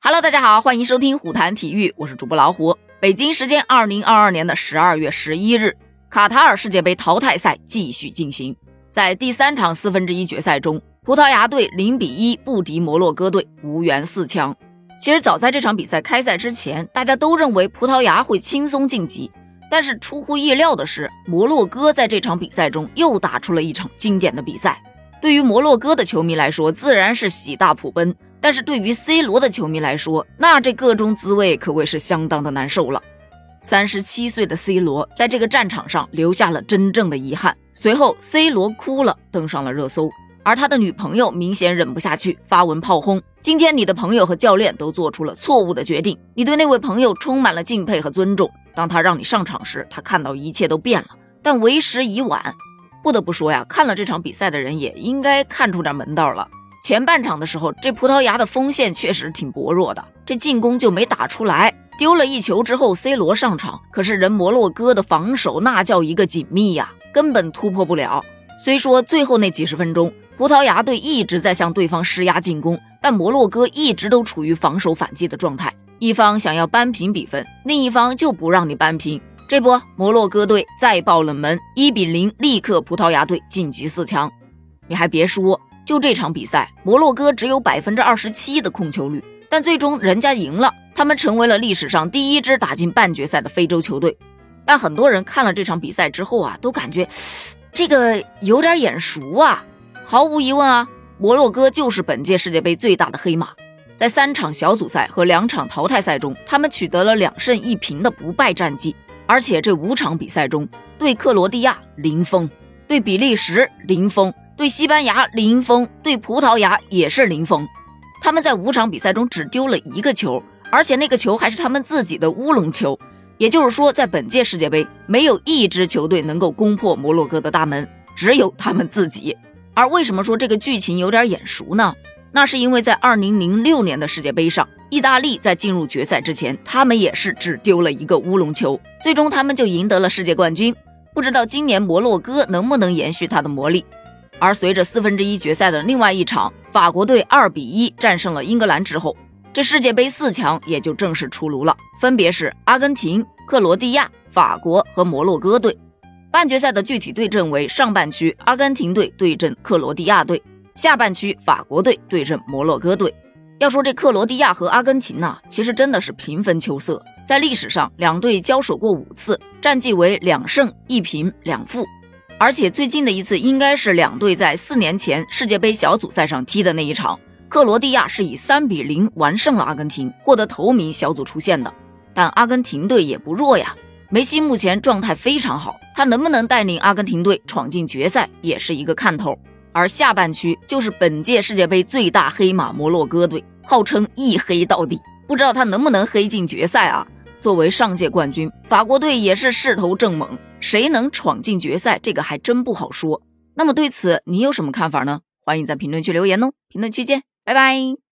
Hello， 大家好，欢迎收听虎谈体育，我是主播老虎。北京时间2022年的12月11日，卡塔尔世界杯淘汰赛继续进行。在第3场1/4决赛中，葡萄牙队0-1不敌摩洛哥队，无缘4强。其实早在这场比赛开赛之前，大家都认为葡萄牙会轻松晋级，但是出乎意料的是，摩洛哥在这场比赛中又打出了一场经典的比赛。对于摩洛哥的球迷来说，自然是喜大普奔，但是对于 C 罗的球迷来说，那这个中滋味可谓是相当的难受了。37岁的 C 罗在这个战场上留下了真正的遗憾，随后 C 罗哭了，登上了热搜，而他的女朋友明显忍不下去，发文炮轰：今天你的朋友和教练都做出了错误的决定，你对那位朋友充满了敬佩和尊重，当他让你上场时，他看到一切都变了，但为时已晚。不得不说呀，看了这场比赛的人也应该看出点门道了。前半场的时候，这葡萄牙的锋线确实挺薄弱的，这进攻就没打出来，丢了一球之后 C 罗上场，可是人摩洛哥的防守那叫一个紧密呀，根本突破不了。虽说最后那几十分钟葡萄牙队一直在向对方施压进攻，但摩洛哥一直都处于防守反击的状态，一方想要扳平比分，另一方就不让你扳平。这波摩洛哥队再爆冷门，1-0力克葡萄牙队晋级4强。你还别说，就这场比赛，摩洛哥只有 27% 的控球率，但最终人家赢了，他们成为了历史上第一支打进半决赛的非洲球队。但很多人看了这场比赛之后都感觉这个有点眼熟啊。毫无疑问啊，摩洛哥就是本届世界杯最大的黑马。在3场小组赛和2场淘汰赛中，他们取得了2胜1平的不败战绩，而且这5场比赛中，对克罗地亚0封，对比利时0封，对西班牙0封，对葡萄牙也是0封。他们在5场比赛中只丢了1个球，而且那个球还是他们自己的乌龙球。也就是说，在本届世界杯，没有一支球队能够攻破摩洛哥的大门，只有他们自己。而为什么说这个剧情有点眼熟呢？那是因为在2006年的世界杯上，意大利在进入决赛之前，他们也是只丢了1个乌龙球，最终他们就赢得了世界冠军。不知道今年摩洛哥能不能延续他的魔力。而随着1/4决赛的另外一场，法国队2-1战胜了英格兰之后，这世界杯4强也就正式出炉了，分别是阿根廷、克罗地亚、法国和摩洛哥队。半决赛的具体对阵为上半区阿根廷队对阵克罗地亚队，下半区法国队对阵摩洛哥队。要说这克罗地亚和阿根廷其实真的是平分秋色，在历史上两队交手过5次，战绩为2胜1平2负，而且最近的一次应该是两队在4年前世界杯小组赛上踢的那一场，克罗地亚是以3-0完胜了阿根廷，获得头名小组出线的。但阿根廷队也不弱呀，梅西目前状态非常好，他能不能带领阿根廷队闯进决赛也是一个看头。而下半区就是本届世界杯最大黑马摩洛哥队，号称一黑到底，不知道他能不能黑进决赛啊。作为上届冠军，法国队也是势头正猛，谁能闯进决赛这个还真不好说。那么对此你有什么看法呢？欢迎在评论区留言哦，评论区见，拜拜。